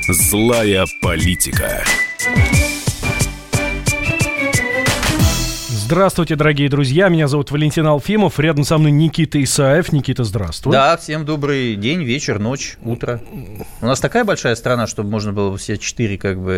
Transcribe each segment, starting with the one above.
Злая политика. Здравствуйте, дорогие друзья. Меня зовут Валентин Алфимов. Рядом со мной Никита Исаев. Никита, здравствуй. Да, всем добрый день, вечер, ночь, утро. У нас такая большая страна, чтобы можно было все 4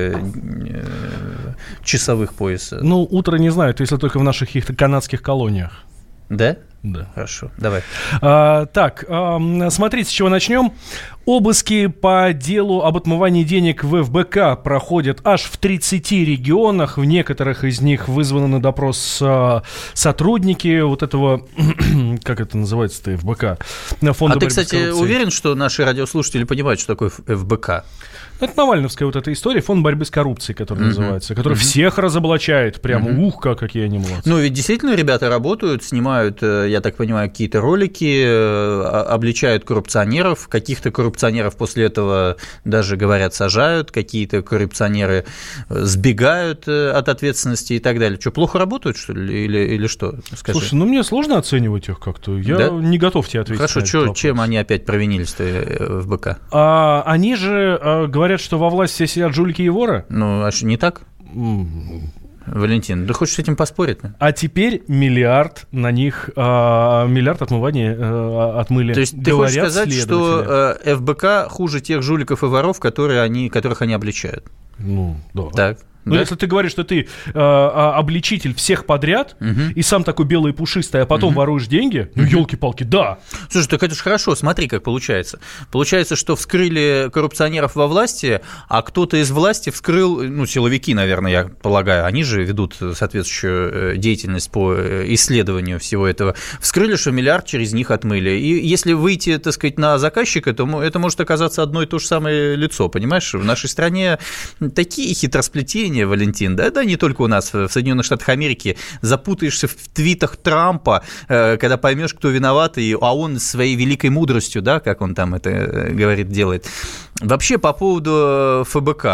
часовых пояса. Ну, утро не знаю, если только в наших каких-то канадских колониях. Да? Да. Хорошо, давай. Смотрите, с чего начнем. Обыски по делу об отмывании денег в ФБК проходят аж в 30 регионах. В некоторых из них вызваны на допрос сотрудники вот этого, как это называется-то, ФБК. Фонда ты, кстати, уверен, что наши радиослушатели понимают, что такое ФБК? Это навальновская вот эта история, фонд борьбы с коррупцией, который называется, который всех разоблачает, прямо, какие они молодцы. Ну, ведь действительно ребята работают, снимают, я так понимаю, какие-то ролики, обличают коррупционеров, каких-то коррупционеров после этого даже, говорят, сажают, какие-то коррупционеры сбегают от ответственности и так далее. Что, плохо работают, что ли, или что? Скажи. Слушай, мне сложно оценивать их как-то, я не готов тебе ответить. Хорошо, чем они опять провинились-то в БК? Они же говорят, что во власти сидят жулики и воры. Ну, а что, не так? Валентин, ты хочешь с этим поспорить? А теперь миллиард на них, миллиард отмывания отмыли. То есть ты хочешь сказать, что ФБК хуже тех жуликов и воров, которых они обличают? Ну, да. Так. Но если ты говоришь, что ты обличитель всех подряд, и сам такой белый и пушистый, а потом воруешь деньги, ну, елки-палки, да. Слушай, так это же хорошо, смотри, как получается. Получается, что вскрыли коррупционеров во власти, а кто-то из власти вскрыл, ну, силовики, наверное, я полагаю, они же ведут соответствующую деятельность по исследованию всего этого. Вскрыли, что миллиард через них отмыли. И если выйти, так сказать, на заказчика, то это может оказаться одно и то же самое лицо, понимаешь? В нашей стране такие хитросплетения, Валентин, да не только у нас, в Соединенных Штатах Америки, запутаешься в твитах Трампа, когда поймешь, кто виноват, а он своей великой мудростью, да, как он там это говорит, делает. Вообще, по поводу ФБК,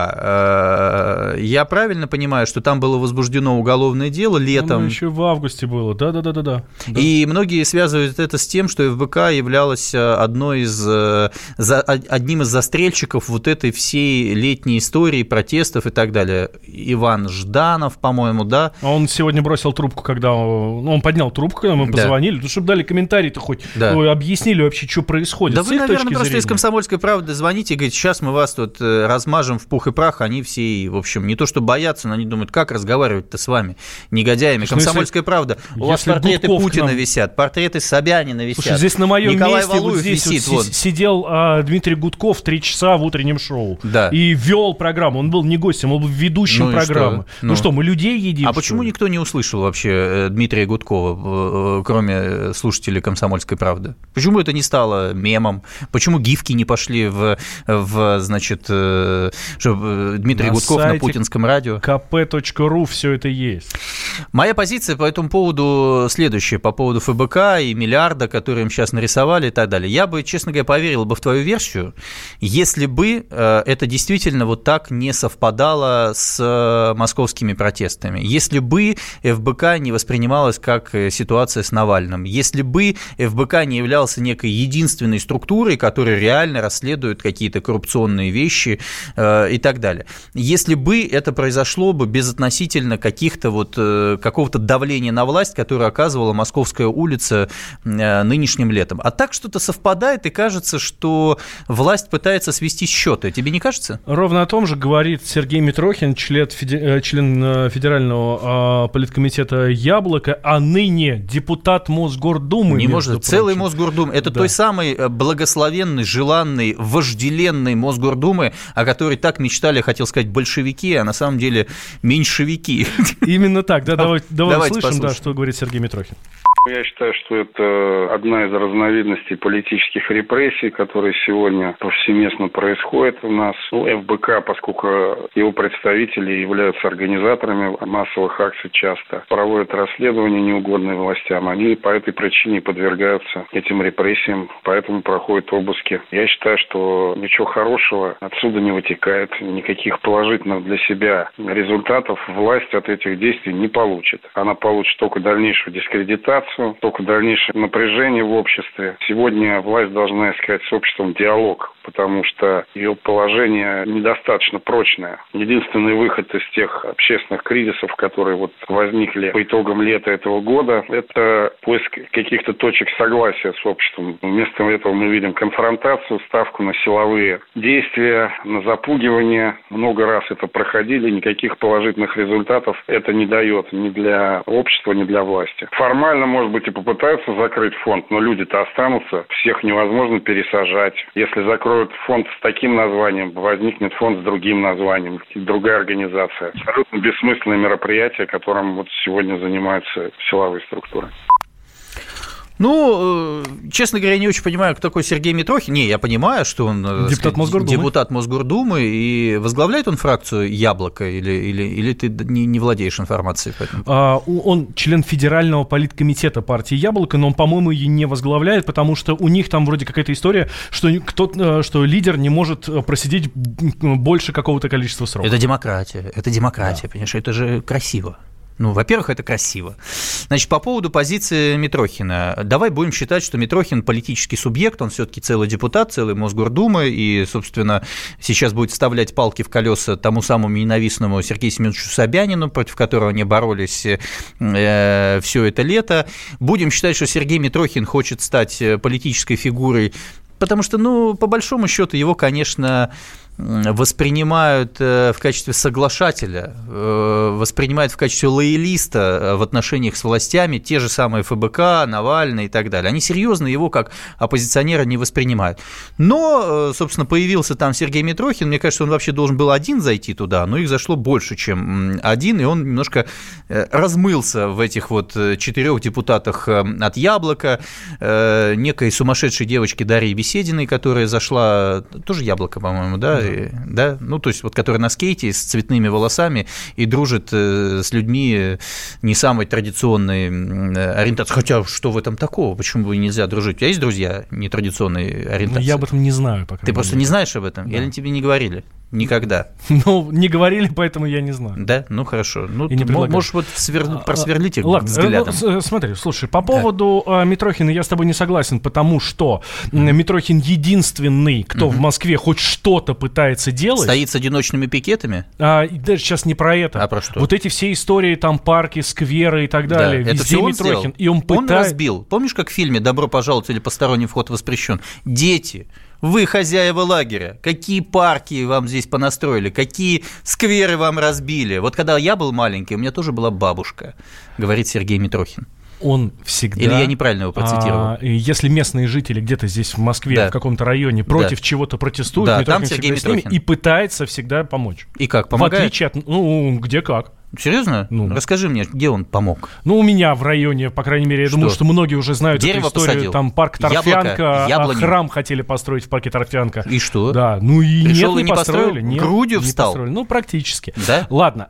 я правильно понимаю, что там было возбуждено уголовное дело летом? Ну, еще в августе было, да. И многие связывают это с тем, что ФБК являлась одним из застрельщиков вот этой всей летней истории, протестов и так далее. Иван Жданов, по-моему, да? Он сегодня бросил трубку, когда он поднял трубку, когда мы позвонили, чтобы дали комментарий-то хоть, объяснили вообще, что происходит. Да вы, наверное, просто из «Комсомольской правды» звоните и говорите, сейчас мы вас тут размажем в пух и прах, они все, в общем, не то что боятся, но они думают, как разговаривать-то с вами, негодяями. «Комсомольская правда», у вас портреты Путина висят, портреты Собянина висят. Слушай, здесь на моем Николай месте Валуев вот здесь висит, вот сидел Дмитрий Гудков 3 часа в утреннем шоу и вел программу. Он был не гостем, он был ведущим программы. Что, мы людей едим? А почему никто не услышал вообще Дмитрия Гудкова, кроме слушателей «Комсомольской правды»? Почему это не стало мемом? Почему гифки не пошли значит, чтобы Дмитрий Гудков на путинском радио? kp.ru все это есть. Моя позиция по этому поводу следующая, по поводу ФБК и миллиарда, который им сейчас нарисовали и так далее. Я бы, честно говоря, поверил бы в твою версию, если бы это действительно вот так не совпадало с московскими протестами, если бы ФБК не воспринималась как ситуация с Навальным, если бы ФБК не являлся некой единственной структурой, которая реально расследует какие-то коррупционные вещи и так далее. Если бы это произошло бы безотносительно какого-то давления на власть, которое оказывала Московская улица нынешним летом. А так что-то совпадает, и кажется, что власть пытается свести счеты. Тебе не кажется? Ровно о том же говорит Сергей Митрохин, член федерального политкомитета «Яблоко», а ныне депутат Мосгордумы. Не может, целый Мосгордумы. Это той самый благословенный, желанный, вожделенный Мосгордумы, о которой так мечтали, хотел сказать, большевики, а на самом деле меньшевики. Именно так. Давайте услышим, послушаем. Что говорит Сергей Митрохин. Я считаю, что это одна из разновидностей политических репрессий, которые сегодня повсеместно происходят у нас. ФБК, поскольку его представители являются организаторами массовых акций часто, проводят расследования неугодные властям, они по этой причине подвергаются этим репрессиям, поэтому проходят обыски. Я считаю, что ничего хорошего отсюда не вытекает, никаких положительных для себя результатов власть от этих действий не получит. Она получит только дальнейшую дискредитацию, только дальнейшее напряжение в обществе. Сегодня власть должна искать с обществом диалог. потому что ее положение недостаточно прочное. Единственный выход из тех общественных кризисов, которые вот возникли по итогам лета этого года, это поиск каких-то точек согласия с обществом. Вместо этого мы видим конфронтацию, ставку на силовые действия, на запугивание. Много раз это проходили, никаких положительных результатов это не дает ни для общества, ни для власти. Формально, может быть, и попытаются закрыть фонд, но люди-то останутся, всех невозможно пересажать. Если закроют фонд с таким названием, возникнет фонд с другим названием, другая организация. Абсолютно бессмысленное мероприятие, которым вот сегодня занимаются силовые структуры. Ну, честно говоря, я не очень понимаю, кто такой Сергей Митрохин. Не, я понимаю, что он депутат Мосгордумы, и возглавляет он фракцию «Яблоко», или ты не владеешь информацией по этому? Он член федерального политкомитета партии «Яблоко», но он, по-моему, ее не возглавляет, потому что у них там вроде какая-то история, что лидер не может просидеть больше какого-то количества сроков. Это демократия, да. Понимаешь, это же красиво. Ну, во-первых, это красиво. Значит, по поводу позиции Митрохина. Давай будем считать, что Митрохин политический субъект, он все-таки целый депутат, целый Мосгордумы, и, собственно, сейчас будет вставлять палки в колеса тому самому ненавистному Сергею Семеновичу Собянину, против которого они боролись все это лето. Будем считать, что Сергей Митрохин хочет стать политической фигурой, потому что, ну, по большому счету, его, конечно, воспринимают в качестве соглашателя, воспринимают в качестве лоялиста в отношениях с властями те же самые ФБК, Навальный и так далее. Они серьезно его как оппозиционера не воспринимают. Но, собственно, появился там Сергей Митрохин, мне кажется, он вообще должен был один зайти туда, но их зашло больше, чем один, и он немножко размылся в этих вот 4 депутатах от «Яблока», некой сумасшедшей девочке Дарьи Бесединой, которая зашла, тоже «Яблоко», по-моему, да? Да, ну, то есть, вот, который на скейте с цветными волосами и дружит с людьми не самой традиционной ориентации. Хотя, что в этом такого? Почему бы нельзя дружить? У тебя есть друзья нетрадиционной ориентации? Я об этом не знаю пока. Ты просто не знаешь об этом? Да. Или тебе не говорили? Никогда. Ну, не говорили, поэтому я не знаю. Да? Ну, хорошо. Ну, ты можешь вот просверлить их взглядом. Смотри, слушай, по поводу Митрохина я с тобой не согласен, потому что Митрохин единственный, кто в Москве хоть что-то пытается делать. Стоит с одиночными пикетами? Даже сейчас не про это. А про что? Вот эти все истории, там, парки, скверы и так далее. Да, везде Митрохин. И он разбил. Помнишь, как в фильме «Добро пожаловать» или «Посторонний вход воспрещен»? Дети, вы хозяева лагеря, какие парки вам здесь понастроили, какие скверы вам разбили. Вот когда я был маленький, у меня тоже была бабушка, говорит Сергей Митрохин. Он всегда... Или я неправильно его процитировал? Если местные жители где-то здесь в Москве, в каком-то районе против чего-то протестуют, Митрохин всегда с ними и пытается всегда помочь. И как, помогает? В отличие от... Ну, где как. Серьезно? Расскажи мне, где он помог? Ну, у меня в районе, по крайней мере, я думаю, что многие уже знают Дерево эту историю. Посадил. Там парк Торфянка, храм хотели построить в парке Торфянка. И что? Да, ну и пришел нет, и не построили. Нет, грудью встал? Построили. Ну, практически. Да? Ладно.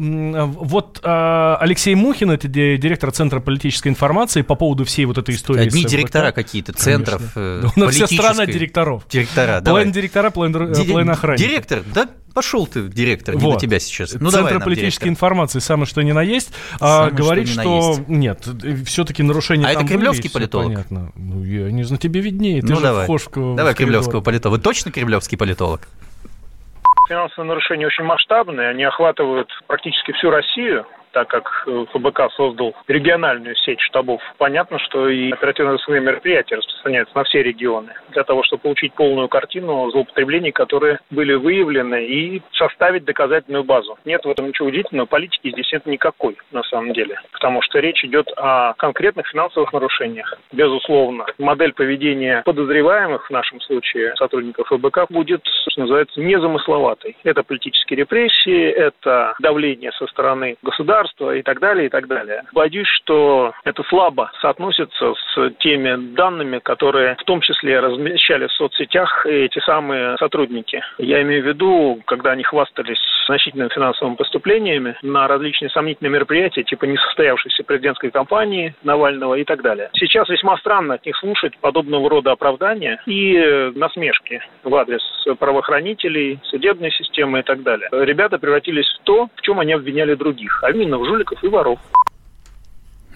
Вот Алексей Мухин, это директор Центра политической информации, по поводу всей вот этой истории. Одни директора какие-то, центров политических. У нас вся страна директоров. Директора, половина директора, половина охранника. Директор, да? Пошел ты, директор, не до тебя сейчас. Ну, Центр политической информации, самое что ни на есть, говорит, что нет, все-таки нарушение там это кремлевский политолог? Понятно. Ну, я не знаю, тебе виднее. Ты ну, же давай. вхож в давай кремлевского политолога. Вы точно кремлевский политолог? Финансовые нарушения очень масштабные, они охватывают практически всю Россию. Так как ФБК создал региональную сеть штабов, понятно, что и оперативно-розыскные мероприятия распространяются на все регионы для того, чтобы получить полную картину злоупотреблений, которые были выявлены, и составить доказательную базу. Нет в этом ничего удивительного, политики здесь нет никакой на самом деле, потому что речь идет о конкретных финансовых нарушениях. Безусловно, модель поведения подозреваемых, в нашем случае сотрудников ФБК, будет, что называется, незамысловатой. Это политические репрессии, это давление со стороны государства, и так далее, и так далее. Боюсь, что это слабо соотносится с теми данными, которые в том числе размещали в соцсетях эти самые сотрудники. Я имею в виду, когда они хвастались значительными финансовыми поступлениями на различные сомнительные мероприятия, типа несостоявшейся президентской кампании Навального и так далее. Сейчас весьма странно от них слушать подобного рода оправдания и насмешки в адрес правоохранителей, судебной системы и так далее. Ребята превратились в то, в чем они обвиняли других, а именно в жуликов и воров.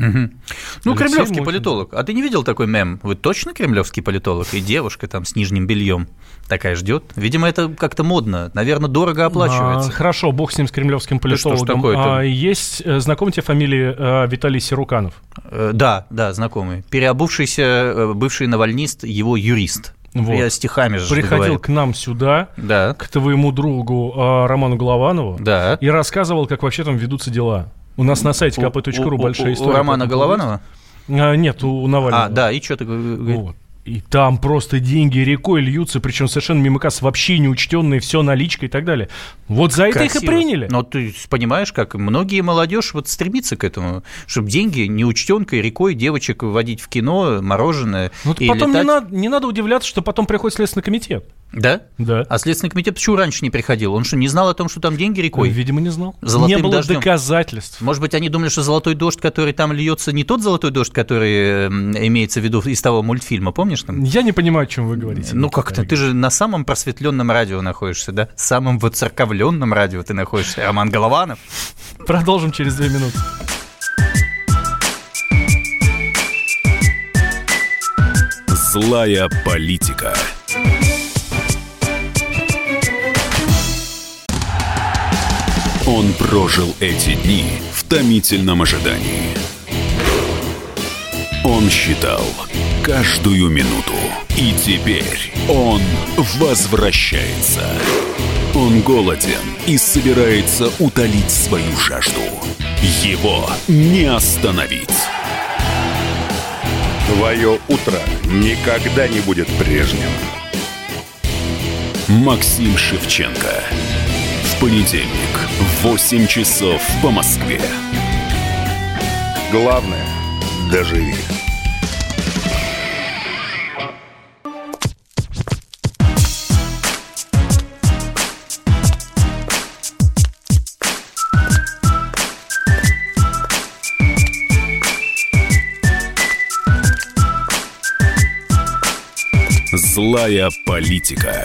Ну, кремлевский политолог. А ты не видел такой мем? Вы точно кремлевский политолог? И девушка там с нижним бельем такая ждет. Видимо, это как-то модно. Наверное, дорого оплачивается. Хорошо, бог с ним, с кремлевским политологом. Есть знакомая тебе фамилия Виталий Сируканов? Да, знакомый. Переобувшийся бывший навальнист, его юрист. Вот. Я стихами же приходил говорю. К нам сюда, к твоему другу Роману Голованову, и рассказывал, как вообще там ведутся дела. У нас на сайте kp.ru большая история. У Романа Голованова? Нет, у Навального. И что ты говоришь? Вот. И там просто деньги рекой льются, причем совершенно мимо касс, вообще неучтенные, все наличка и так далее. Вот за это их и приняли. Но ты понимаешь, как многие молодежь вот стремится к этому, чтобы деньги неучтенкой рекой девочек выводить в кино, мороженое. Ну, потом не надо удивляться, что потом приходит Следственный комитет. Да? Да. А Следственный комитет почему раньше не приходил? Он что, не знал о том, что там деньги рекой? Видимо, не знал. Золотым не было дождем. Доказательств. Может быть, они думали, что золотой дождь, который там льется, не тот золотой дождь, который имеется в виду из того мультфильма, помнишь там? Я не понимаю, о чем вы говорите. Ну как-то, ты же на самом просветленном радио находишься, да? Самом воцерковленном радио ты находишься, Роман Голованов. Продолжим через 2 минуты. Злая политика. Он прожил эти дни в томительном ожидании. Он считал каждую минуту. И теперь он возвращается. Он голоден и собирается утолить свою жажду. Его не остановить. Твое утро никогда не будет прежним. Максим Шевченко. В понедельник в 8 часов по Москве. Главное – доживи. Злая политика.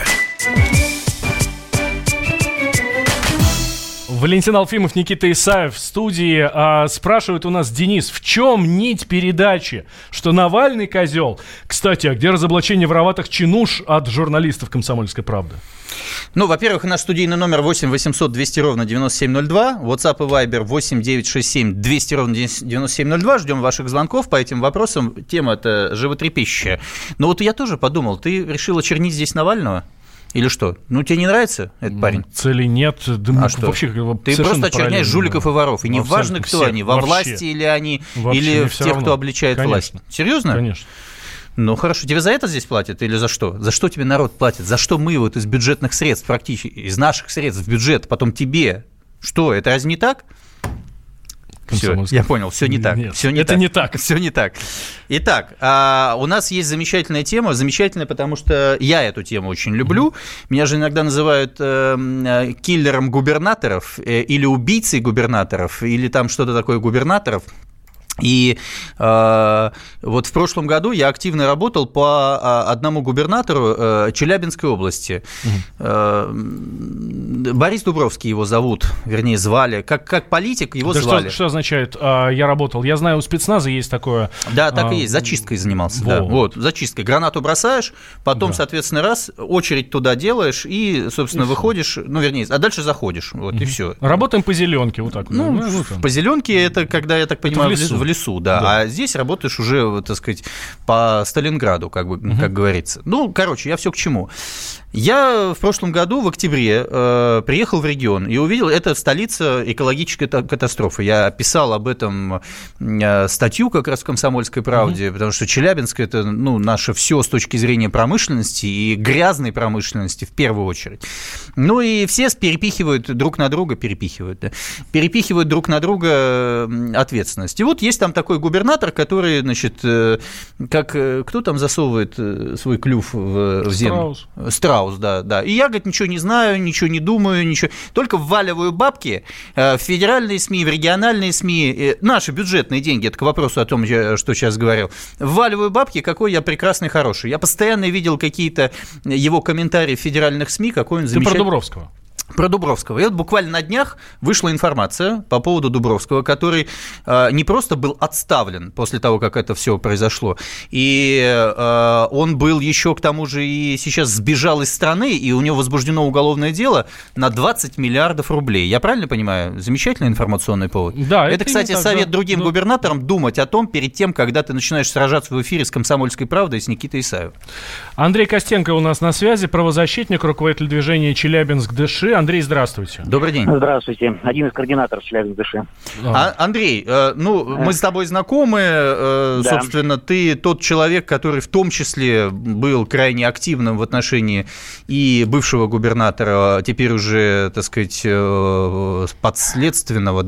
Валентин Алфимов, Никита Исаев в студии. Спрашивает у нас Денис, в чем нить передачи, что Навальный козел? Кстати, а где разоблачение вороватых чинуш от журналистов «Комсомольской правды»? Ну, во-первых, наш студийный номер 8 800 200 ровно 9702, WhatsApp и Viber 8 967 200 ровно 9702. Ждем ваших звонков по этим вопросам. Тема-то животрепещущая. Но вот я тоже подумал, ты решил очернить здесь Навального? Или что? Ну, тебе не нравится этот парень? Цели нет. Да что? Вообще, ты просто очерняешь жуликов и воров. И не важно, кто они, во власти или они, или в тех, кто обличает власть. Серьезно? Конечно. Ну, хорошо. Тебе за это здесь платят или за что? За что тебе народ платит? За что мы вот из бюджетных средств, практически из наших средств в бюджет, потом тебе? Что, это разве не так? Все, я понял, все не так. Нет, все не это так. не так. Все не так. Итак, у нас есть замечательная тема. Замечательная, потому что я эту тему очень люблю. Меня же иногда называют киллером губернаторов или убийцей губернаторов, или там что-то такое губернаторов. И вот в прошлом году я активно работал по одному губернатору Челябинской области. Борис Дубровский его зовут, вернее, звали. Как политик его звали. Что означает «я работал»? Я знаю, у спецназа есть такое. Да, так и есть. Зачисткой занимался. Да. Вот, зачисткой. Гранату бросаешь, потом, соответственно, раз, очередь туда делаешь и, собственно, выходишь, ну, вернее, а дальше заходишь. Вот, и все. Работаем по зеленке, вот так. Ну, по зеленке это, когда, я так понимаю, в лесу, да. А здесь работаешь уже, так сказать, по Сталинграду, как говорится. Ну, короче, я все к чему. Я в прошлом году, в октябре, приехал в регион и увидел, это столица экологической катастрофы. Я писал об этом статью как раз в «Комсомольской правде», потому что Челябинск – это, ну, наше все с точки зрения промышленности и грязной промышленности в первую очередь. Ну и все перепихивают друг на друга ответственность. И вот есть там такой губернатор, который, значит, кто там засовывает свой клюв в землю? Страус, да. И я, говорит, ничего не знаю, ничего не думаю, ничего. Только вваливаю бабки в федеральные СМИ, в региональные СМИ, наши бюджетные деньги, это к вопросу о том, что сейчас говорил. Вваливаю бабки, какой я прекрасный, хороший. Я постоянно видел какие-то его комментарии в федеральных СМИ, какой он замечательный. Ты про Дубровского? Про Дубровского. И вот буквально на днях вышла информация по поводу Дубровского, который не просто был отставлен после того, как это все произошло, и он был еще, к тому же, и сейчас сбежал из страны, и у него возбуждено уголовное дело на 20 миллиардов рублей. Я правильно понимаю? Замечательный информационный повод. Да, это, кстати, так, совет другим губернаторам думать о том, перед тем, когда ты начинаешь сражаться в эфире с «Комсомольской правдой» и с Никитой Исаевым. Андрей Костенко у нас на связи, правозащитник, руководитель движения «Челябинск-Дыши». Андрей, здравствуйте. Добрый день. Здравствуйте. Один из координаторов «Челябинск-Дыши». Андрей, мы с тобой знакомы. Собственно, ты тот человек, который в том числе был крайне активным в отношении и бывшего губернатора, теперь уже, так сказать, подследственного,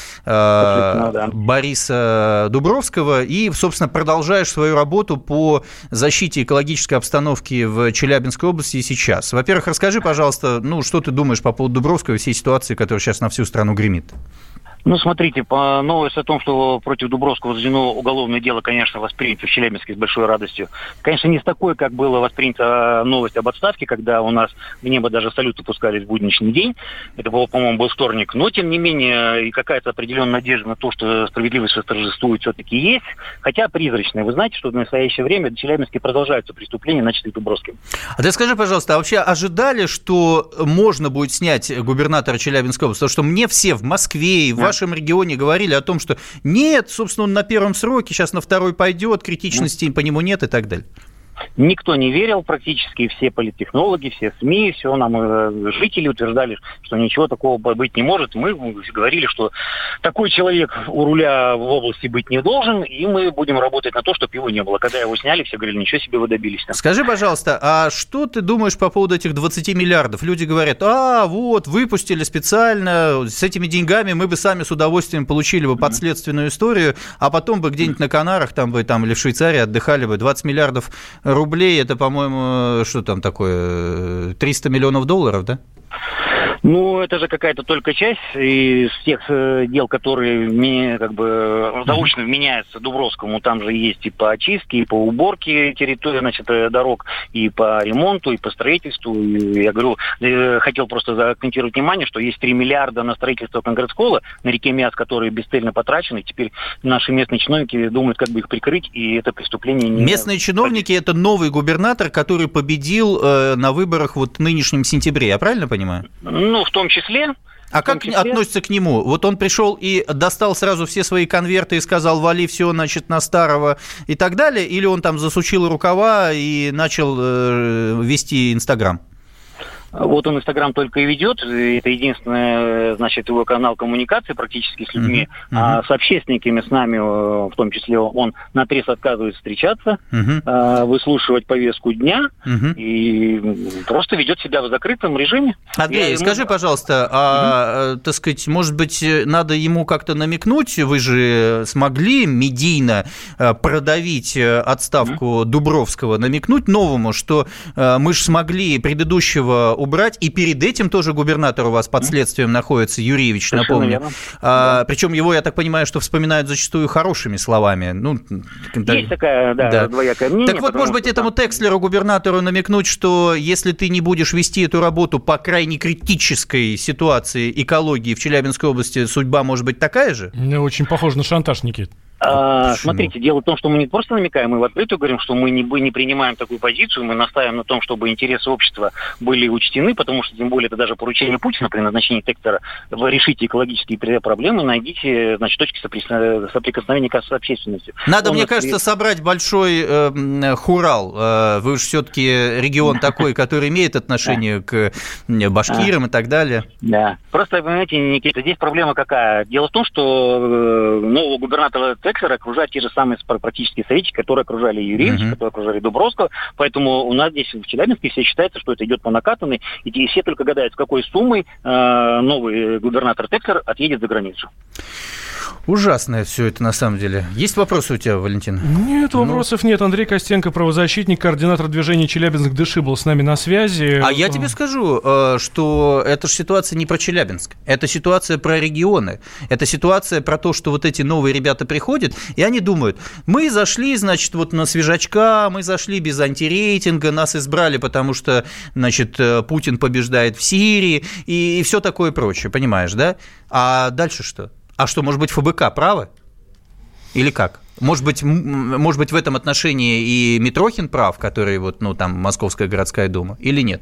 Бориса Дубровского, и, собственно, продолжаешь свою работу по защите экологической обстановки в Челябинской области и сейчас. Во-первых, расскажи, пожалуйста, что ты думаешь по поводу Дубровского и всей ситуации, которая сейчас на всю страну гремит? Смотрите, по новости о том, что против Дубровского заведено уголовное дело, конечно, воспринято в Челябинске с большой радостью. Конечно, не с такой, как была воспринята новость об отставке, когда у нас в небо даже салюты пускались в будничный день. Это, по-моему, был вторник. Но, тем не менее, и какая-то определенная надежда на то, что справедливость восторжествует, все-таки есть. Хотя призрачная. Вы знаете, что в настоящее время в Челябинске продолжаются преступления, начатые Дубровским. А ты скажи, пожалуйста, а вообще ожидали, что можно будет снять губернатора Челябинской области? Потому что мне все в Москве и в вашем регионе говорили о том, что нет, собственно, он на первом сроке, сейчас на второй пойдет, критичности по нему нет и так далее. Никто не верил, практически все политтехнологи, все СМИ, все нам жители утверждали, что ничего такого быть не может. Мы говорили, что такой человек у руля в области быть не должен, и мы будем работать на то, чтобы его не было. Когда его сняли, все говорили, ничего себе вы добились. Скажи, пожалуйста, а что ты думаешь по поводу этих 20 миллиардов? Люди говорят, выпустили специально, с этими деньгами мы бы сами с удовольствием получили бы подследственную историю, а потом бы где-нибудь на Канарах или в Швейцарии отдыхали бы. 20 миллиардов рублей, это, по-моему, что там такое, 300 миллионов долларов, да? Это же какая-то только часть из тех дел, которые заочно вменяются Дубровскому. Там же есть и по очистке, и по уборке территории, дорог, и по ремонту, и по строительству. И я говорю, хотел просто заакцентировать внимание, что есть 3 миллиарда на строительство конгресс-холла на реке Миас, которые бесцельно потрачены. Теперь наши местные чиновники думают, как бы их прикрыть, и это преступление не... Местные чиновники – это новый губернатор, который победил на выборах в нынешнем сентябре. Я правильно понимаю? В том числе. А как относятся к нему? Вот он пришел и достал сразу все свои конверты и сказал, вали все, на старого и так далее? Или он там засучил рукава и начал вести Инстаграм? Вот он Инстаграм только и ведет, это единственный, его канал коммуникации практически с людьми, а с общественниками, с нами, в том числе, он наотрез отказывается встречаться, выслушивать повестку дня и просто ведет себя в закрытом режиме. Андрей, скажи, пожалуйста, так сказать, может быть, надо ему как-то намекнуть, вы же смогли медийно продавить отставку Дубровского, намекнуть новому, что мы же смогли предыдущего убрать, и перед этим тоже губернатор у вас под следствием находится, Юрьевич, напомню. Причем его, я так понимаю, что вспоминают зачастую хорошими словами. Есть такая, двоякое мнение. Так вот, может быть, этому Текслеру, губернатору, намекнуть, что если ты не будешь вести эту работу по крайне критической ситуации экологии в Челябинской области, судьба может быть такая же? Очень похоже на шантаж, Никит. Смотрите, дело в том, что мы не просто намекаем, мы в открытую говорим, что мы не принимаем такую позицию, мы настаиваем на том, чтобы интересы общества были учтены, потому что, тем более, это даже поручение Путина при назначении Текслера. Вы решите экологические проблемы, найдите, точки соприкосновения с общественностью. Надо, мне кажется, собрать большой хурал. Вы же все-таки регион такой, который имеет отношение к башкирам и так далее. Да. Просто, понимаете, Никита, здесь проблема какая? Дело в том, что нового губернатора Текслера окружают те же самые практически советники, которые окружали Юрьевича, которые окружали Дубровского. Поэтому у нас здесь в Челябинске все считается, что это идет по накатанной, и все только гадают, с какой суммой новый губернатор Текслер отъедет за границу. Ужасное все это на самом деле. Есть вопросы у тебя, Валентин? Нет, вопросов нет. Андрей Костенко, правозащитник, координатор движения «Челябинск-Дыши» был с нами на связи. А я тебе скажу, что эта же ситуация не про Челябинск. Это ситуация про регионы. Это ситуация про то, что вот эти новые ребята приходят, и они думают, мы зашли, значит, вот на свежачка, мы зашли без антирейтинга, нас избрали, потому что, значит, Путин побеждает в Сирии и все такое прочее, понимаешь, да? А дальше что? А что, может быть, ФБК правы? Или как? Может быть, в этом отношении и Митрохин прав, который вот, там, Московская городская дума, или нет?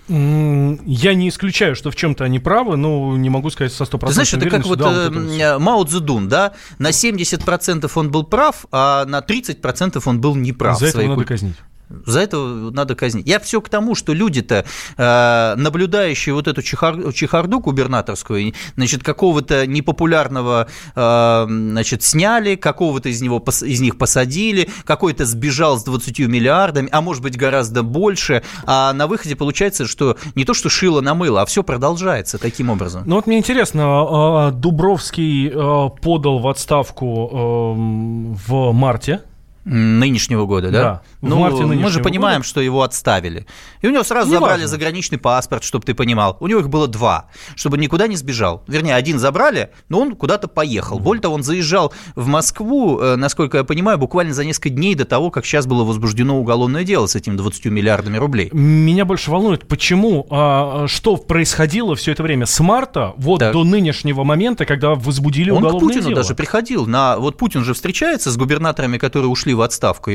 Я не исключаю, что в чем-то они правы, но не могу сказать со 100% Ты знаешь, это как вот Мао Цзэдун, да? На 70% он был прав, а на 30% он был неправ. За это надо казнить. За это надо казнить. Я все к тому, что люди-то, наблюдающие вот эту чехарду губернаторскую, значит, какого-то непопулярного, значит, сняли, какого-то из них посадили, какой-то сбежал с 20 миллиардами, а может быть гораздо больше, а на выходе получается, что не то, что шило на мыло, а все продолжается таким образом. Ну вот мне интересно, Дубровский подал в отставку в марте нынешнего года, да? В марте мы же понимаем, года. Что его отставили. И у него сразу забрали заграничный паспорт, чтобы ты понимал. У него их было 2, чтобы никуда не сбежал. Вернее, 1 забрали, но он куда-то поехал. Более того, он заезжал в Москву, насколько я понимаю, буквально за несколько дней до того, как сейчас было возбуждено уголовное дело с этими 20 миллиардами рублей. Меня больше волнует, почему, что происходило все это время с марта до нынешнего момента, когда возбудили уголовное дело. Он к Путину даже приходил. Вот Путин же встречается с губернаторами, которые ушли в отставку,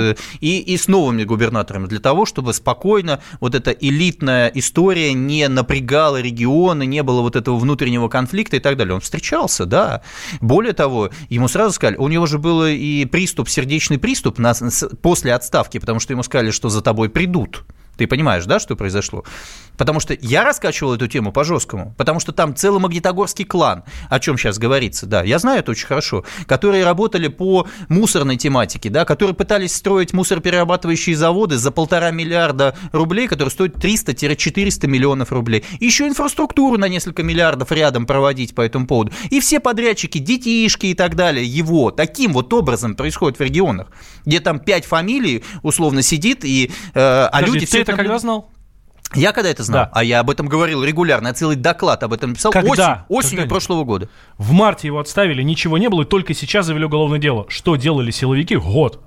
и с новыми губернаторами для того, чтобы спокойно вот эта элитная история не напрягала регионы, не было вот этого внутреннего конфликта и так далее. Он встречался, да. Более того, ему сразу сказали, у него же был и сердечный приступ после отставки, потому что ему сказали, что за тобой придут. Ты понимаешь, да, что произошло? Потому что я раскачивал эту тему по-жесткому, потому что там целый магнитогорский клан, о чем сейчас говорится, да, я знаю это очень хорошо, которые работали по мусорной тематике, да, которые пытались строить мусороперерабатывающие заводы за 1,5 миллиарда рублей, которые стоят 300-400 миллионов рублей. И еще инфраструктуру на несколько миллиардов рядом проводить по этому поводу. И все подрядчики, детишки и так далее, таким вот образом происходит в регионах, где там 5 фамилий условно сидит, люди все... Ты это когда знал? Я когда это знал? Да. А я об этом говорил регулярно, я целый доклад об этом писал осенью прошлого года. В марте его отставили, ничего не было, и только сейчас завели уголовное дело. Что делали силовики год?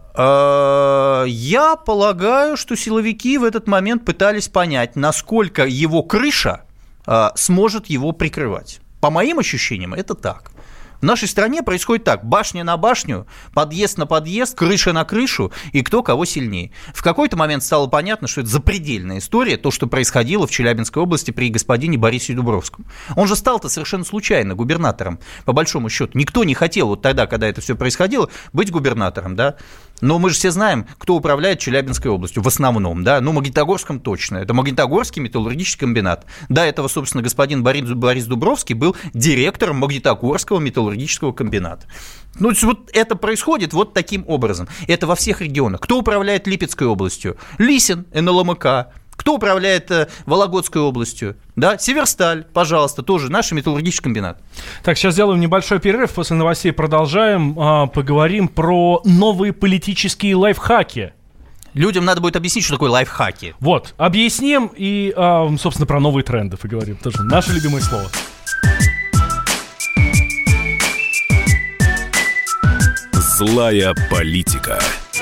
Я полагаю, что силовики в этот момент пытались понять, насколько его крыша сможет его прикрывать. По моим ощущениям, это так. В нашей стране происходит так: башня на башню, подъезд на подъезд, крыша на крышу, и кто кого сильнее. В какой-то момент стало понятно, что это запредельная история, то, что происходило в Челябинской области при господине Борисе Дубровском. Он же стал-то совершенно случайно губернатором, по большому счету. Никто не хотел вот тогда, когда это все происходило, быть губернатором, да. Но мы же все знаем, кто управляет Челябинской областью в основном, да, Магнитогорском точно. Это Магнитогорский металлургический комбинат. До этого, собственно, господин Борис Дубровский был директором Магнитогорского металлургического комбината. Вот это происходит вот таким образом. Это во всех регионах. Кто управляет Липецкой областью? Лисин, НЛМК. Кто управляет Вологодской областью? Да, Северсталь, пожалуйста, тоже наш металлургический комбинат. Так, сейчас сделаем небольшой перерыв, после новостей продолжаем, поговорим про новые политические лайфхаки. Людям надо будет объяснить, что такое лайфхаки. Вот, объясним и, собственно, про новые тренды поговорим. Тоже наше любимое слово. Злая политика.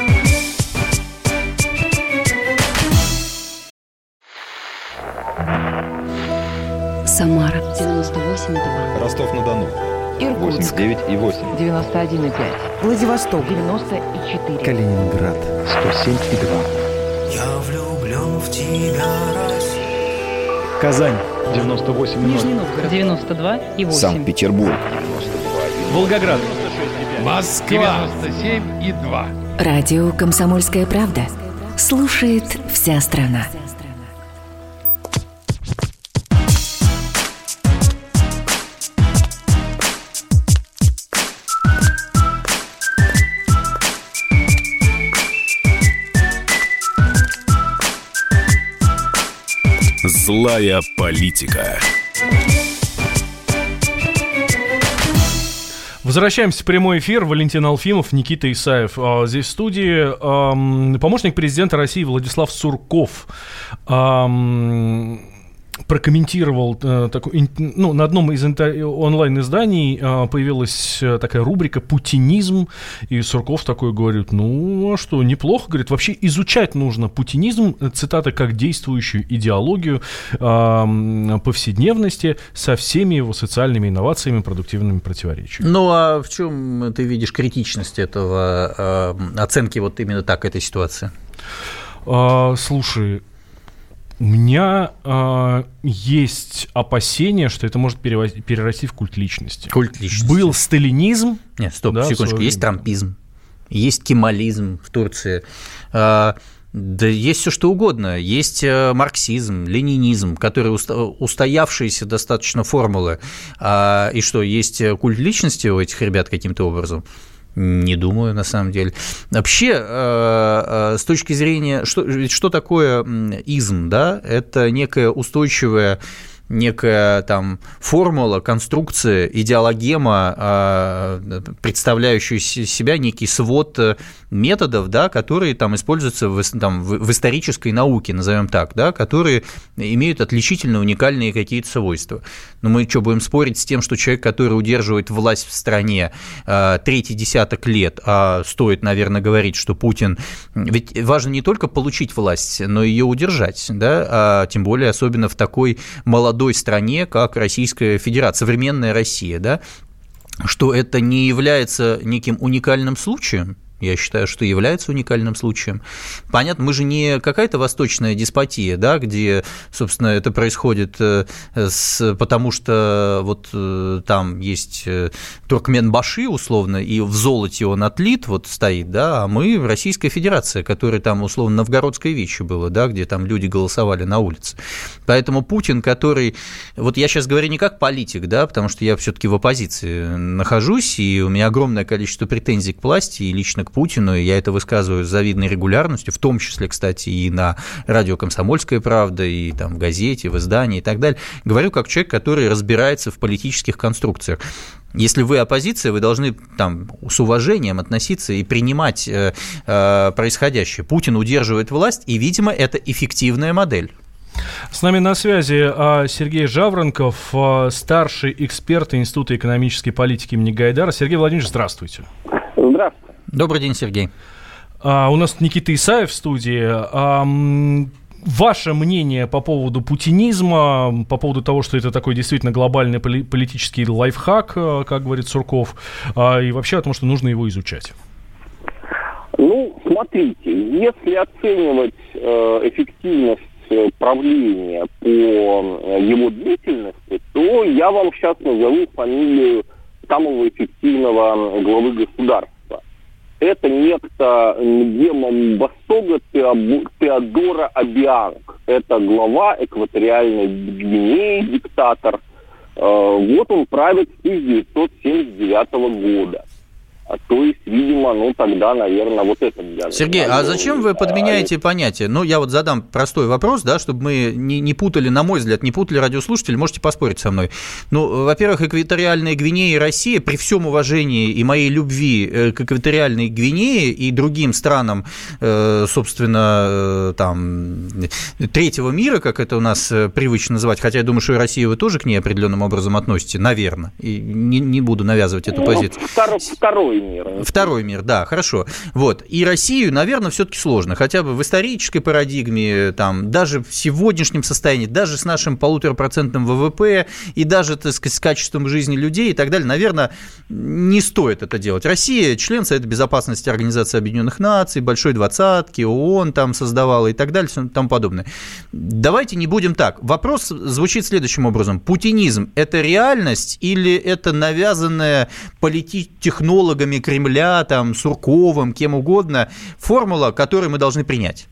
Самара 98,2. Ростов-на-Дону. Иркутск 89,8. 91,5. Владивосток 94. Калининград 107,2. Я влюблен в тебя, Россия. Казань 98,0. Нижний Новгород 92,8. Санкт-Петербург 92,8. Волгоград 96,5. Москва 97,2. Радио «Комсомольская правда». Слушает вся страна. Злая политика. В Возвращаемся в прямой эфир. Валентин Алфимов, Никита Исаев. Здесь в студии помощник президента России Владислав Сурков прокомментировал на одном из онлайн-изданий появилась такая рубрика «Путинизм», и Сурков такой говорит: а что, неплохо, говорит, вообще изучать нужно путинизм, цитата, как действующую идеологию повседневности со всеми его социальными инновациями, продуктивными противоречиями. Ну, а в чем ты видишь критичность этого, оценки вот именно так этой ситуации? Слушай, у меня есть опасения, что это может перерасти в культ личности. Культ личности. Был сталинизм. Нет, стоп, да, секундочку. Есть трампизм, есть кемализм в Турции. Да есть все что угодно. Есть марксизм, ленинизм, которые устоявшиеся достаточно формулы. И что, есть культ личности у этих ребят каким-то образом? Не думаю, на самом деле. Вообще, с точки зрения, что такое изм, да? Это некая устойчивая, некая там формула, конструкция, идеологема, представляющая себя некий свод методов, да, которые там используются в исторической науке, назовем так, да, которые имеют отличительно уникальные какие-то свойства. Но мы что, будем спорить с тем, что человек, который удерживает власть в стране третий десяток лет, стоит, наверное, говорить, что Путин... Ведь важно не только получить власть, но и ее удержать, да, тем более особенно в такой молодой стране, как Российская Федерация, современная Россия, да, что это не является неким уникальным случаем. Я считаю, что является уникальным случаем. Понятно, мы же не какая-то восточная деспотия, да, где, собственно, это происходит потому, что вот там есть Туркменбаши, условно, и в золоте он отлит, вот стоит, да, а мы Российская Федерация, которая там, условно, Новгородское виче было, да, где там люди голосовали на улице. Поэтому Путин, который... Вот я сейчас говорю не как политик, да, потому что я все-таки в оппозиции нахожусь, и у меня огромное количество претензий к власти и лично к Путину, и я это высказываю с завидной регулярностью, в том числе, кстати, и на радио «Комсомольская правда», и там в газете, в издании и так далее. Говорю как человек, который разбирается в политических конструкциях. Если вы оппозиция, вы должны там с уважением относиться и принимать происходящее. Путин удерживает власть, и, видимо, это эффективная модель. С нами на связи Сергей Жаворонков, старший эксперт Института экономической политики имени Гайдара. Сергей Владимирович, здравствуйте. Здравствуйте. Добрый день, Сергей. У нас Никита Исаев в студии. Ваше мнение по поводу путинизма, по поводу того, что это такой действительно глобальный политический лайфхак, как говорит Сурков, и вообще о том, что нужно его изучать? Ну, смотрите, если оценивать эффективность правления по его деятельности, то я вам сейчас назову фамилию самого эффективного главы государства. Это некто Мгема Бастога Теодора Обианг. Это глава экваториальной Гвинеи, диктатор. Вот он правит с 1979 года. То есть, видимо, тогда, наверное, вот это... Сергей, а зачем вы подменяете понятие? Ну, я вот задам простой вопрос, да, чтобы мы не путали, на мой взгляд, не путали радиослушатели, можете поспорить со мной. Ну, во-первых, экваториальная Гвинея и Россия, при всем уважении и моей любви к экваториальной Гвинее и другим странам, собственно, там, третьего мира, как это у нас привычно называть, хотя я думаю, что и Россию вы тоже к ней определенным образом относите, наверное, и не буду навязывать эту позицию. Второй мир, да, хорошо. Вот. И Россию, наверное, все-таки сложно. Хотя бы в исторической парадигме, там, даже в сегодняшнем состоянии, даже с нашим 1,5% ВВП и даже, так сказать, с качеством жизни людей и так далее, наверное, не стоит это делать. Россия член Совета Безопасности Организации Объединенных Наций, Большой Двадцатки, ООН там создавала и так далее, и тому подобное. Давайте не будем так. Вопрос звучит следующим образом. Путинизм – это реальность или это навязанная технологами Кремля, там, Сурковым, кем угодно, формула, которую мы должны принять?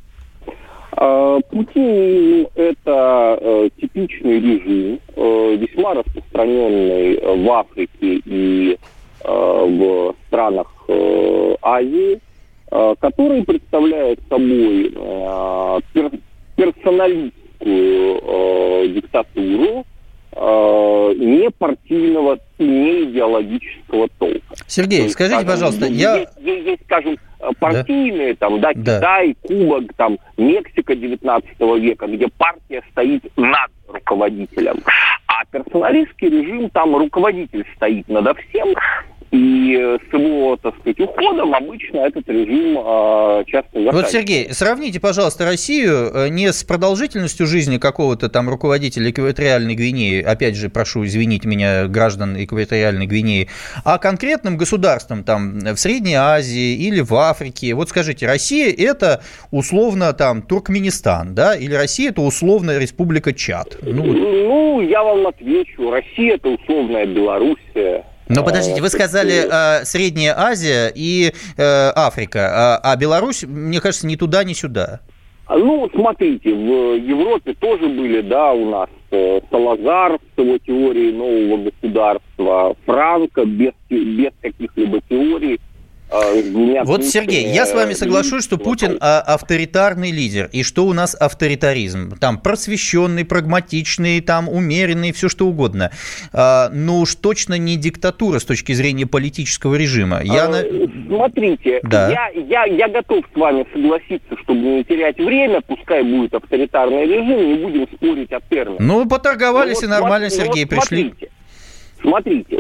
Путинизм – это типичный режим, весьма распространенный в Африке и в странах Азии, который представляет собой персоналистскую диктатуру, не партийного и не идеологического толка. Сергей, есть, скажите, пожалуйста, есть, скажем, партийные, Китай, Куба, Мексика 19 века, где партия стоит над руководителем, а персоналистский режим, там руководитель стоит надо всем, и с его, уходом обычно этот режим часто заканчивается. Вот, Сергей, сравните, пожалуйста, Россию не с продолжительностью жизни какого-то там руководителя Экваториальной Гвинеи, опять же, прошу извинить меня, граждан Экваториальной Гвинеи, а конкретным государством там в Средней Азии или в Африке. Вот скажите, Россия – это условно там Туркменистан, да, или Россия – это условно Республика Чад? Я вам отвечу. Россия – это условная Белоруссия. Но подождите, вы сказали Средняя Азия и Африка, а Беларусь, мне кажется, ни туда, ни сюда. Смотрите, в Европе тоже были, у нас Салазар с его теорией нового государства, Франко без каких-либо теорий. Вот, Сергей, я с вами соглашусь, что Путин авторитарный лидер, и что у нас авторитаризм. Там просвещенный, прагматичный, там умеренный, все что угодно. Но уж точно не диктатура с точки зрения политического режима. Смотрите, я готов с вами согласиться, чтобы не терять время, пускай будет авторитарный режим, не будем спорить о терминах. Поторговались и нормально, Сергей, пришли. Смотрите,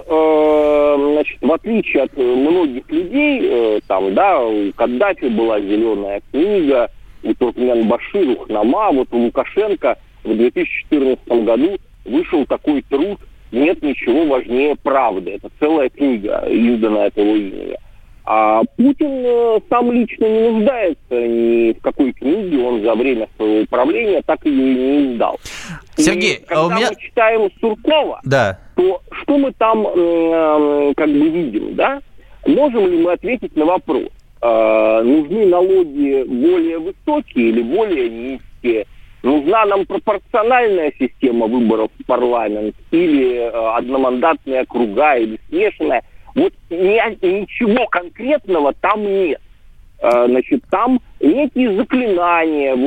в отличие от многих людей, у Каддафи была зеленая книга, у Туркменбаши, Рухнама, у Лукашенко в 2014 году вышел такой труд «Нет ничего важнее правды». Это целая книга, изданная от его имени. А Путин сам лично не нуждается ни в какой книге, он за время своего управления так и не издал. Сергей, когда мы читаем Суркова, то что мы там видим, Можем ли мы ответить на вопрос, нужны налоги более высокие или более низкие? Нужна нам пропорциональная система выборов в парламент или одномандатные округа или смешанная? Ничего конкретного там нет. Там некие заклинания,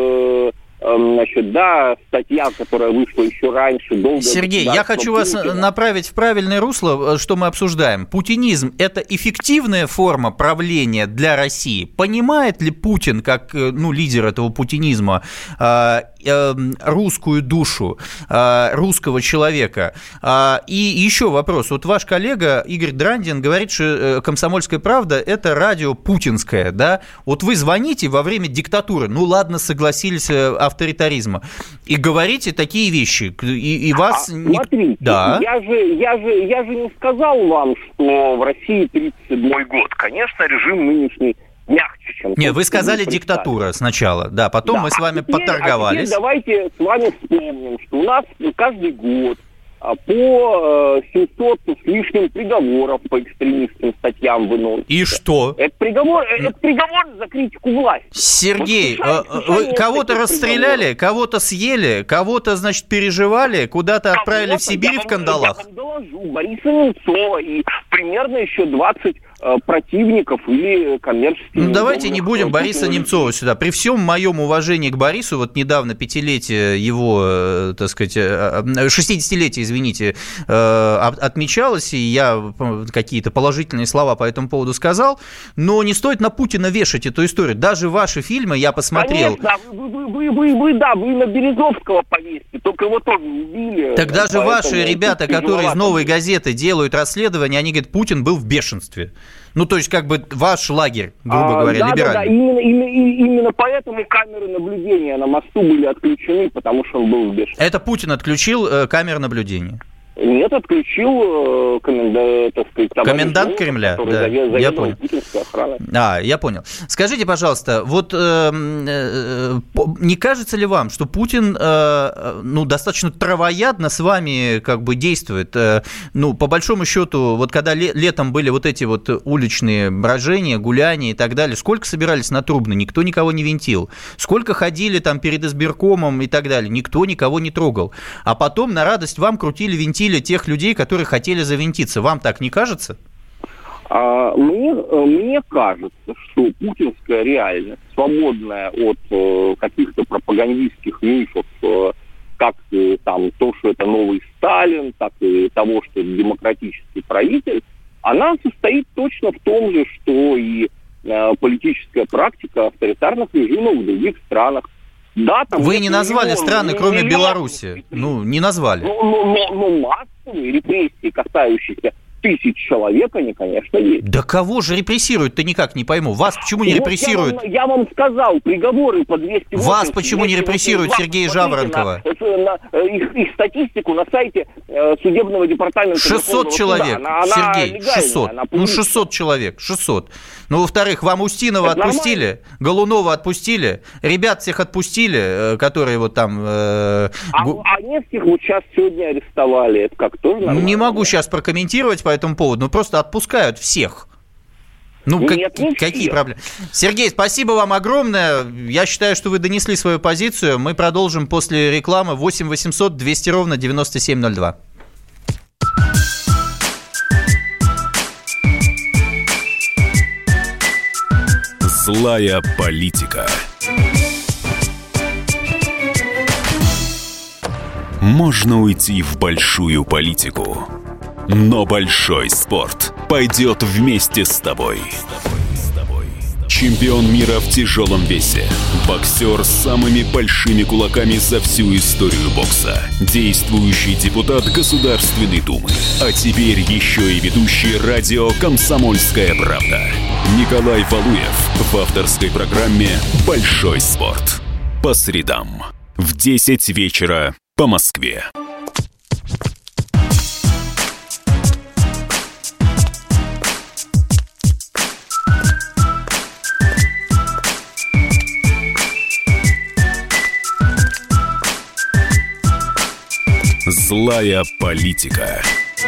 статья, которая вышла еще раньше, долго... Сергей, я хочу вас направить в правильное русло, что мы обсуждаем. Путинизм – это эффективная форма правления для России? Понимает ли Путин, как лидер этого путинизма, русскую душу, русского человека? И еще вопрос. Вот ваш коллега Игорь Драндин говорит, что «Комсомольская правда» – это радио путинское, да? Вот вы звоните во время диктатуры, ладно, согласились, авторитаризма, и говорите такие вещи, и вас... Смотрите, я же не сказал вам, что в России 37-й год. Конечно, режим нынешний мягче, чем... Нет, вы сказали диктатура сначала, потом мы с вами поторговались. Теперь давайте с вами вспомним, что у нас каждый год по 700 с лишним приговоров по экстремистским статьям выносят. И что? Это приговор за критику власти. Сергей, вы кого-то расстреляли, кого-то съели, кого-то, переживали, куда-то отправили в Сибирь в кандалах? Я вам доложу Бориса Немцова и примерно еще 20 противников или коммерческих... Давайте не будем Бориса Немцова сюда. При всем моем уважении к Борису, недавно 5-летие его, 60-летие, извините, отмечалось, и я какие-то положительные слова по этому поводу сказал, но не стоит на Путина вешать эту историю. Даже ваши фильмы я посмотрел. Конечно, вы на Березовского повесите, только его тоже убили. Так даже ваши ребята, которые из «Новой газеты» делают расследование, они говорят, Путин был в бешенстве. То есть, ваш лагерь, грубо говоря, либеральный. Да, именно поэтому камеры наблюдения на мосту были отключены, потому что он был в бешенстве. Это Путин отключил камеры наблюдения? Нет, отключил комендант Кремля. Да, я понял. Я понял. Скажите, пожалуйста, не кажется ли вам, что Путин достаточно травоядно с вами действует? По большому счету, когда летом были эти уличные брожения, гуляния и так далее, сколько собирались на Трубной, никто никого не винтил. Сколько ходили там перед избиркомом и так далее, никто никого не трогал. А потом на радость вам крутили, винтили тех людей, которые хотели завинтиться. Вам так не кажется? Мне кажется, что путинская реальность, свободная от каких-то пропагандистских мифов, как там то, что это новый Сталин, так и того, что это демократический правитель, она состоит точно в том же, что и политическая практика авторитарных режимов в других странах. Да, там вы не назвали страны, кроме Беларуси. Не назвали. Но массовые репрессии, касающиеся тысяч человек, они, конечно, есть. Да кого же репрессируют-то, никак не пойму. Вас почему не репрессируют? Я вам сказал, приговоры по 208. Вас почему не репрессируют Сергея Жаворонкова? Их статистику на сайте судебного департамента. 600 человек, Сергей, 600. 600 человек, 600. Во-вторых, вам Устинова отпустили, нормально. Голунова отпустили, ребят всех отпустили, которые вот там... А нескольких вот сейчас сегодня арестовали, это как тоже нормально? Не могу сейчас прокомментировать по этому поводу, просто отпускают всех. Какие проблемы? Сергей, спасибо вам огромное. Я считаю, что вы донесли свою позицию. Мы продолжим после рекламы. 8 800 200 ровно 9702. Злая политика. Можно уйти в большую политику, но большой спорт пойдет вместе с тобой. Чемпион мира в тяжелом весе. Боксер с самыми большими кулаками за всю историю бокса. Действующий депутат Государственной Думы. А теперь еще и ведущий радио «Комсомольская правда». Николай Валуев в авторской программе «Большой спорт». По средам в 10 вечера по Москве. Злая политика.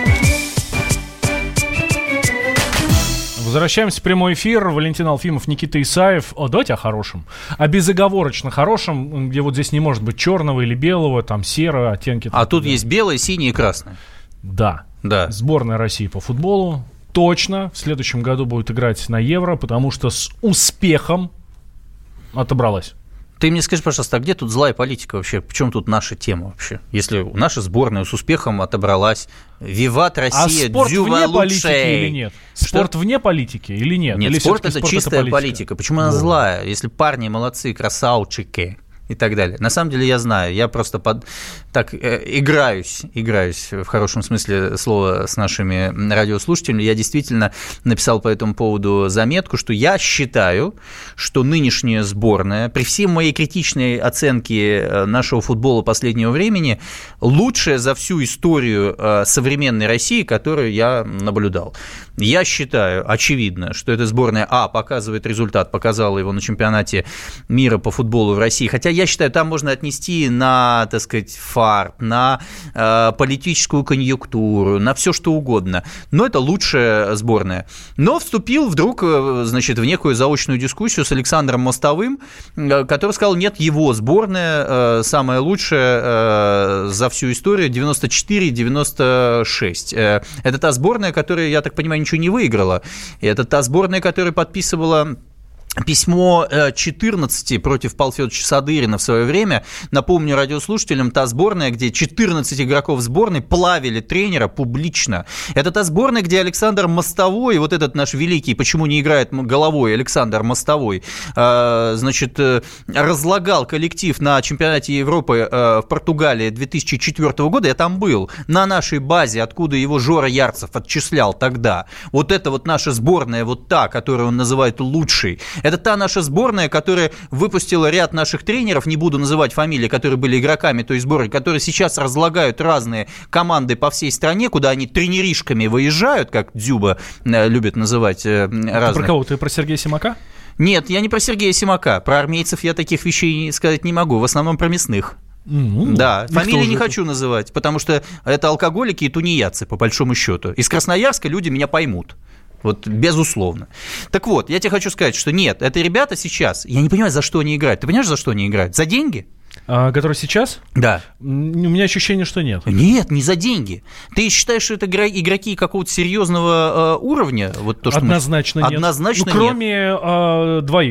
Возвращаемся в прямой эфир. Валентин Алфимов, Никита Исаев. Давайте о хорошем. О безоговорочно хорошем, где вот здесь не может быть черного или белого, там серого оттенки. А тут есть белое, синее и красное. Да. Сборная России по футболу точно в следующем году будет играть на Евро, потому что с успехом отобралась. Ты мне скажи, пожалуйста, а где тут злая политика вообще? В чем тут наша тема вообще? Если наша сборная с успехом отобралась, виват Россия, спорт дзюва вне политики или нет? Спорт вне политики или нет? Нет, или спорт это чистая политика. Почему она злая? Если парни молодцы, красавчики и так далее. На самом деле я знаю, я просто играюсь в хорошем смысле слова с нашими радиослушателями. Я действительно написал по этому поводу заметку, что я считаю, что нынешняя сборная, при всей моей критичной оценке нашего футбола последнего времени, лучшая за всю историю современной России, которую я наблюдал. Я считаю, очевидно, что эта сборная, показывает результат, показала его на чемпионате мира по футболу в России, хотя я считаю, там можно отнести на, так сказать, фарт, на политическую конъюнктуру, на все что угодно, но это лучшая сборная. Но вступил вдруг, значит, в некую заочную дискуссию с Александром Мостовым, который сказал, нет, его сборная самая лучшая за всю историю, 94-96. Это та сборная, которая, я так понимаю, ничего не выиграла. И это та сборная, которая подписывала письмо 14 против Павла Федоровича Садырина в свое время. Напомню радиослушателям, та сборная, где 14 игроков сборной плавили тренера публично. Это та сборная, где Александр Мостовой, вот этот наш великий, почему не играет головой Александр Мостовой, значит, разлагал коллектив на чемпионате Европы в Португалии 2004 года. Я там был, на нашей базе, откуда его Жора Ярцев отчислял тогда. Вот это вот наша сборная, вот та, которую он называет лучшей. Это та наша сборная, которая выпустила ряд наших тренеров, не буду называть фамилии, которые были игроками той сборной, которые сейчас разлагают разные команды по всей стране, куда они тренеришками выезжают, как Дзюба любит называть разных. Ты про кого? Ты про Сергея Симака? Нет, я не про Сергея Симака. Про армейцев я таких вещей сказать не могу, в основном про мясных. Да, фамилии не хочу называть, потому что это алкоголики и тунеядцы, по большому счету. Из Красноярска люди меня поймут. Вот, безусловно. Так вот, я тебе хочу сказать, что нет, это ребята сейчас, я не понимаю, за что они играют. Ты понимаешь, за что они играют? За деньги? Которые сейчас? Да. У меня ощущение, что нет. Нет, не за деньги. Ты считаешь, что это игроки какого-то серьезного уровня? Вот то, что однозначно нет. Однозначно кроме двоих.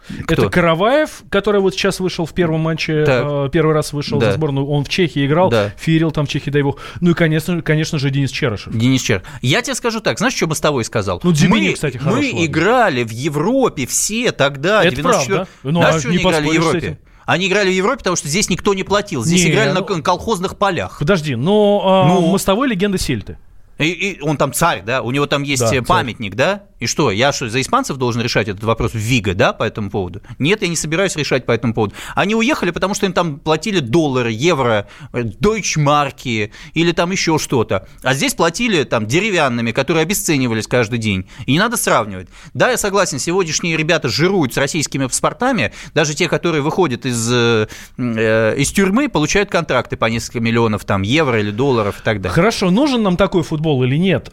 Кто? Это Караваев, который вот сейчас вышел в первом матче, первый раз вышел за сборную, он в Чехии играл, феерил там Чехии, дай бог. Ну и, конечно же, Денис Черышев. Я тебе скажу так, знаешь, что Мостовой сказал? Ну, Дебини, кстати, хороший. Мы играли в Европе все тогда, это 94... правда. Знаешь, что они играли в Европе? Они играли в Европе, потому что здесь никто не платил. Здесь играли на колхозных полях. Подожди, но Мостовой легенда Сельты. И он там царь, да? У него там есть памятник, да? И что, я что, за испанцев должен решать этот вопрос в Виго, да, по этому поводу? Нет, я не собираюсь решать по этому поводу. Они уехали, потому что им там платили доллары, евро, дойчмарки или там еще что-то. А здесь платили там деревянными, которые обесценивались каждый день. И не надо сравнивать. Да, я согласен, сегодняшние ребята жируют с российскими паспортами, даже те, которые выходят из тюрьмы, получают контракты по несколько миллионов там евро или долларов и так далее. Хорошо, нужен нам такой футбол или нет?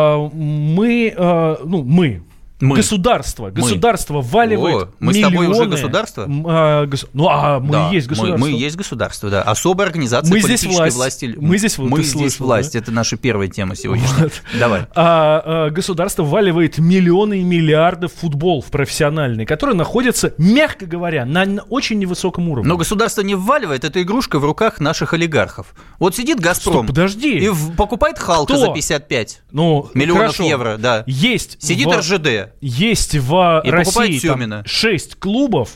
Государство вваливает мы миллионы. с тобой уже государство? Мы и есть государство. Мы и есть государство, да. Особая организация политической власти. Мы здесь власть. Это наша первая тема сегодняшняя. Вот. Давай. Государство вваливает миллионы и миллиарды в футбол, в профессиональный, который находится, мягко говоря, на очень невысоком уровне. Но государство не вваливает, это игрушка в руках наших олигархов. Вот сидит «Газпром» и покупает «Халка» за 55 миллионов евро. Да. Сидит РЖД. Есть в России там 6 клубов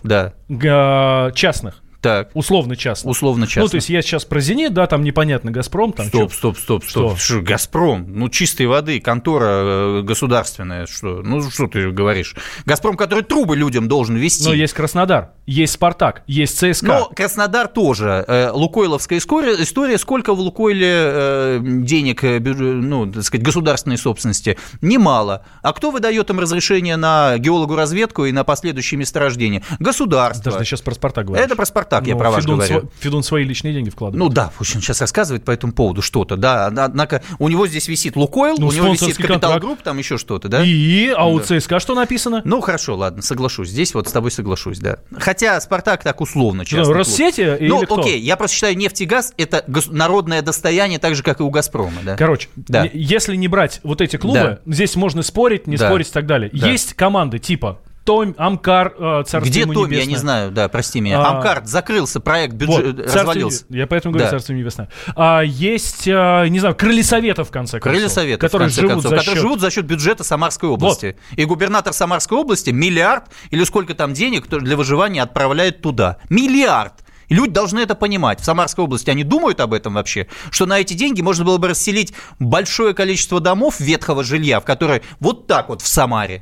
частных. Так. Условно частных. Ну, то есть я сейчас про «Зенит», да, там непонятно, «Газпром». Там Стоп. Что, «Газпром»? Ну, чистой воды, контора государственная. Что? Ну, что ты говоришь? «Газпром», который трубы людям должен вести. Но есть Краснодар, есть «Спартак», есть ЦСКА. Но Краснодар тоже. Лукойловская история. Сколько в Лукойле денег, ну, так сказать, государственной собственности? Немало. А кто выдает им разрешение на геологоразведку и на последующие месторождения? Государство. Даже сейчас про «Спартак» говоришь. Это про «Спартак». Я про вас говорю. Федун свои личные деньги вкладывает. Ну да, пусть он сейчас рассказывает по этому поводу что-то, да. Однако у него здесь висит «Лукойл», у него висит «Капитал Групп», там еще что-то, да. А у ЦСКА что написано? Ну хорошо, ладно, соглашусь. Здесь вот с тобой соглашусь, да. Хотя «Спартак» так условно частный клуб. Россети или кто? Ну окей, я просто считаю, нефть и газ – это народное достояние, так же, как и у «Газпрома», да. Короче, если не брать вот эти клубы, здесь можно спорить, не спорить и так далее. Есть команды типа Том, Амкар, царство ему небесное. Где Том, я не знаю, да, прости меня. Амкар закрылся, проект развалился. Я поэтому говорю царство небесное. Есть, не знаю, крылья Совета, в конце концов. Крылья Совета, которые живут за счет бюджета Самарской области. Вот. И губернатор Самарской области миллиард или сколько там денег для выживания отправляет туда. Миллиард. И люди должны это понимать. В Самарской области они думают об этом вообще, что на эти деньги можно было бы расселить большое количество домов ветхого жилья, в которые вот так вот в Самаре.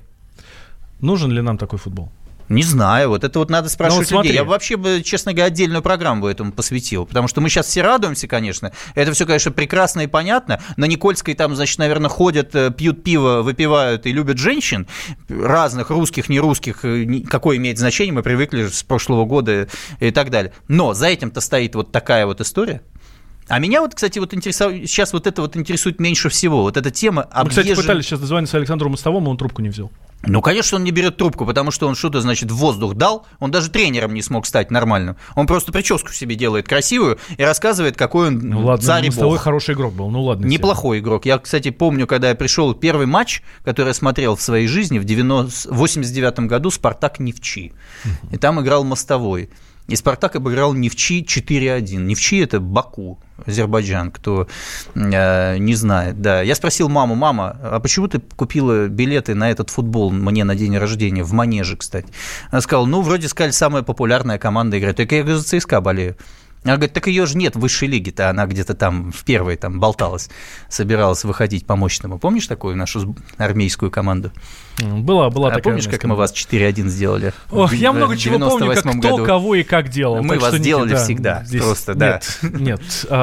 Нужен ли нам такой футбол? Не знаю, вот это вот надо спрашивать людей. Я вообще бы, честно говоря, отдельную программу этому посвятил, потому что мы сейчас все радуемся, конечно, это все, конечно, прекрасно и понятно. На Никольской там, значит, наверное, ходят, пьют пиво, выпивают и любят женщин, разных, русских, нерусских, какое имеет значение, мы привыкли с прошлого года и так далее. Но за этим-то стоит вот такая вот история. А меня вот, кстати, вот сейчас вот это вот интересует меньше всего. Вот эта тема объезжена. Мы, кстати, пытались сейчас дозвониться Александру Мостовому, он трубку не взял. Ну, конечно, он не берет трубку, потому что он что-то, значит, в воздух дал. Он даже тренером не смог стать нормальным. Он просто прическу себе делает красивую и рассказывает, какой он царь и бог. Мостовой хороший игрок был, ну ладно. Неплохой игрок. Я, кстати, помню, когда я пришел, первый матч, который я смотрел в своей жизни в 89-м году, «Спартак» Невчи. И там играл Мостовой. И «Спартак» обыграл Невчи 4-1. Невчи – это Баку, Азербайджан, кто не знает. Да. Я спросил маму: мама, а почему ты купила билеты на этот футбол мне на день рождения, в Манеже, кстати? Она сказала: ну, вроде сказали, самая популярная команда играет. Так я за ЦСКА болею. Она говорит: так ее же нет в высшей лиге-то, она где-то там в первой там болталась, собиралась выходить по мощному. Помнишь такую нашу армейскую команду? Была такая. Помнишь, как мы вас 4-1 сделали? Ох, я много чего помню, как кто, кого и как делал. Мы вас делали всегда, просто, да. Нет.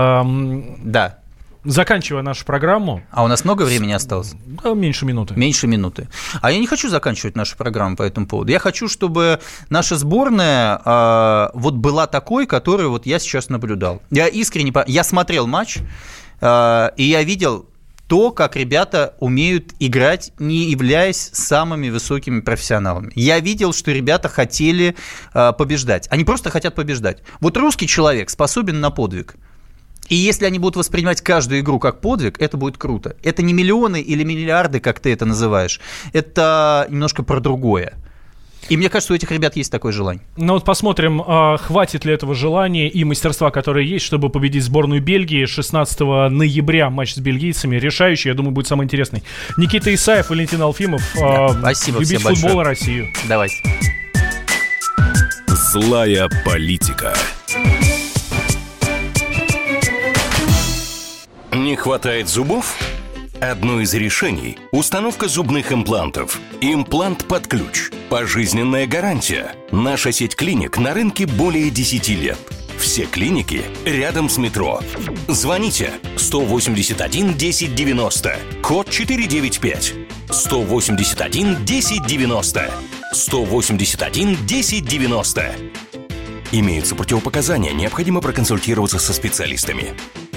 Да. Заканчивая нашу программу. А у нас много времени осталось? Меньше минуты. Меньше минуты. А я не хочу заканчивать нашу программу по этому поводу. Я хочу, чтобы наша сборная вот была такой, которую вот я сейчас наблюдал. Я искренне... Я смотрел матч, и я видел то, как ребята умеют играть, не являясь самыми высокими профессионалами. Я видел, что ребята хотели побеждать. Они просто хотят побеждать. Вот русский человек способен на подвиг. И если они будут воспринимать каждую игру как подвиг, это будет круто. Это не миллионы или миллиарды, как ты это называешь. Это немножко про другое. И мне кажется, у этих ребят есть такое желание. Ну вот посмотрим, хватит ли этого желания и мастерства, которое есть, чтобы победить сборную Бельгии. 16 ноября матч с бельгийцами. Решающий, я думаю, будет самый интересный. Никита Исаев, Валентин Алфимов. Спасибо всем большое. Любить футбол и Россию. Давайте. Злая политика. Не хватает зубов? Одно из решений – установка зубных имплантов. Имплант под ключ. Пожизненная гарантия. Наша сеть клиник на рынке более 10 лет. Все клиники рядом с метро. Звоните 181 1090, код 495. 181 1090. 181 1090. Имеются противопоказания, необходимо проконсультироваться со специалистами.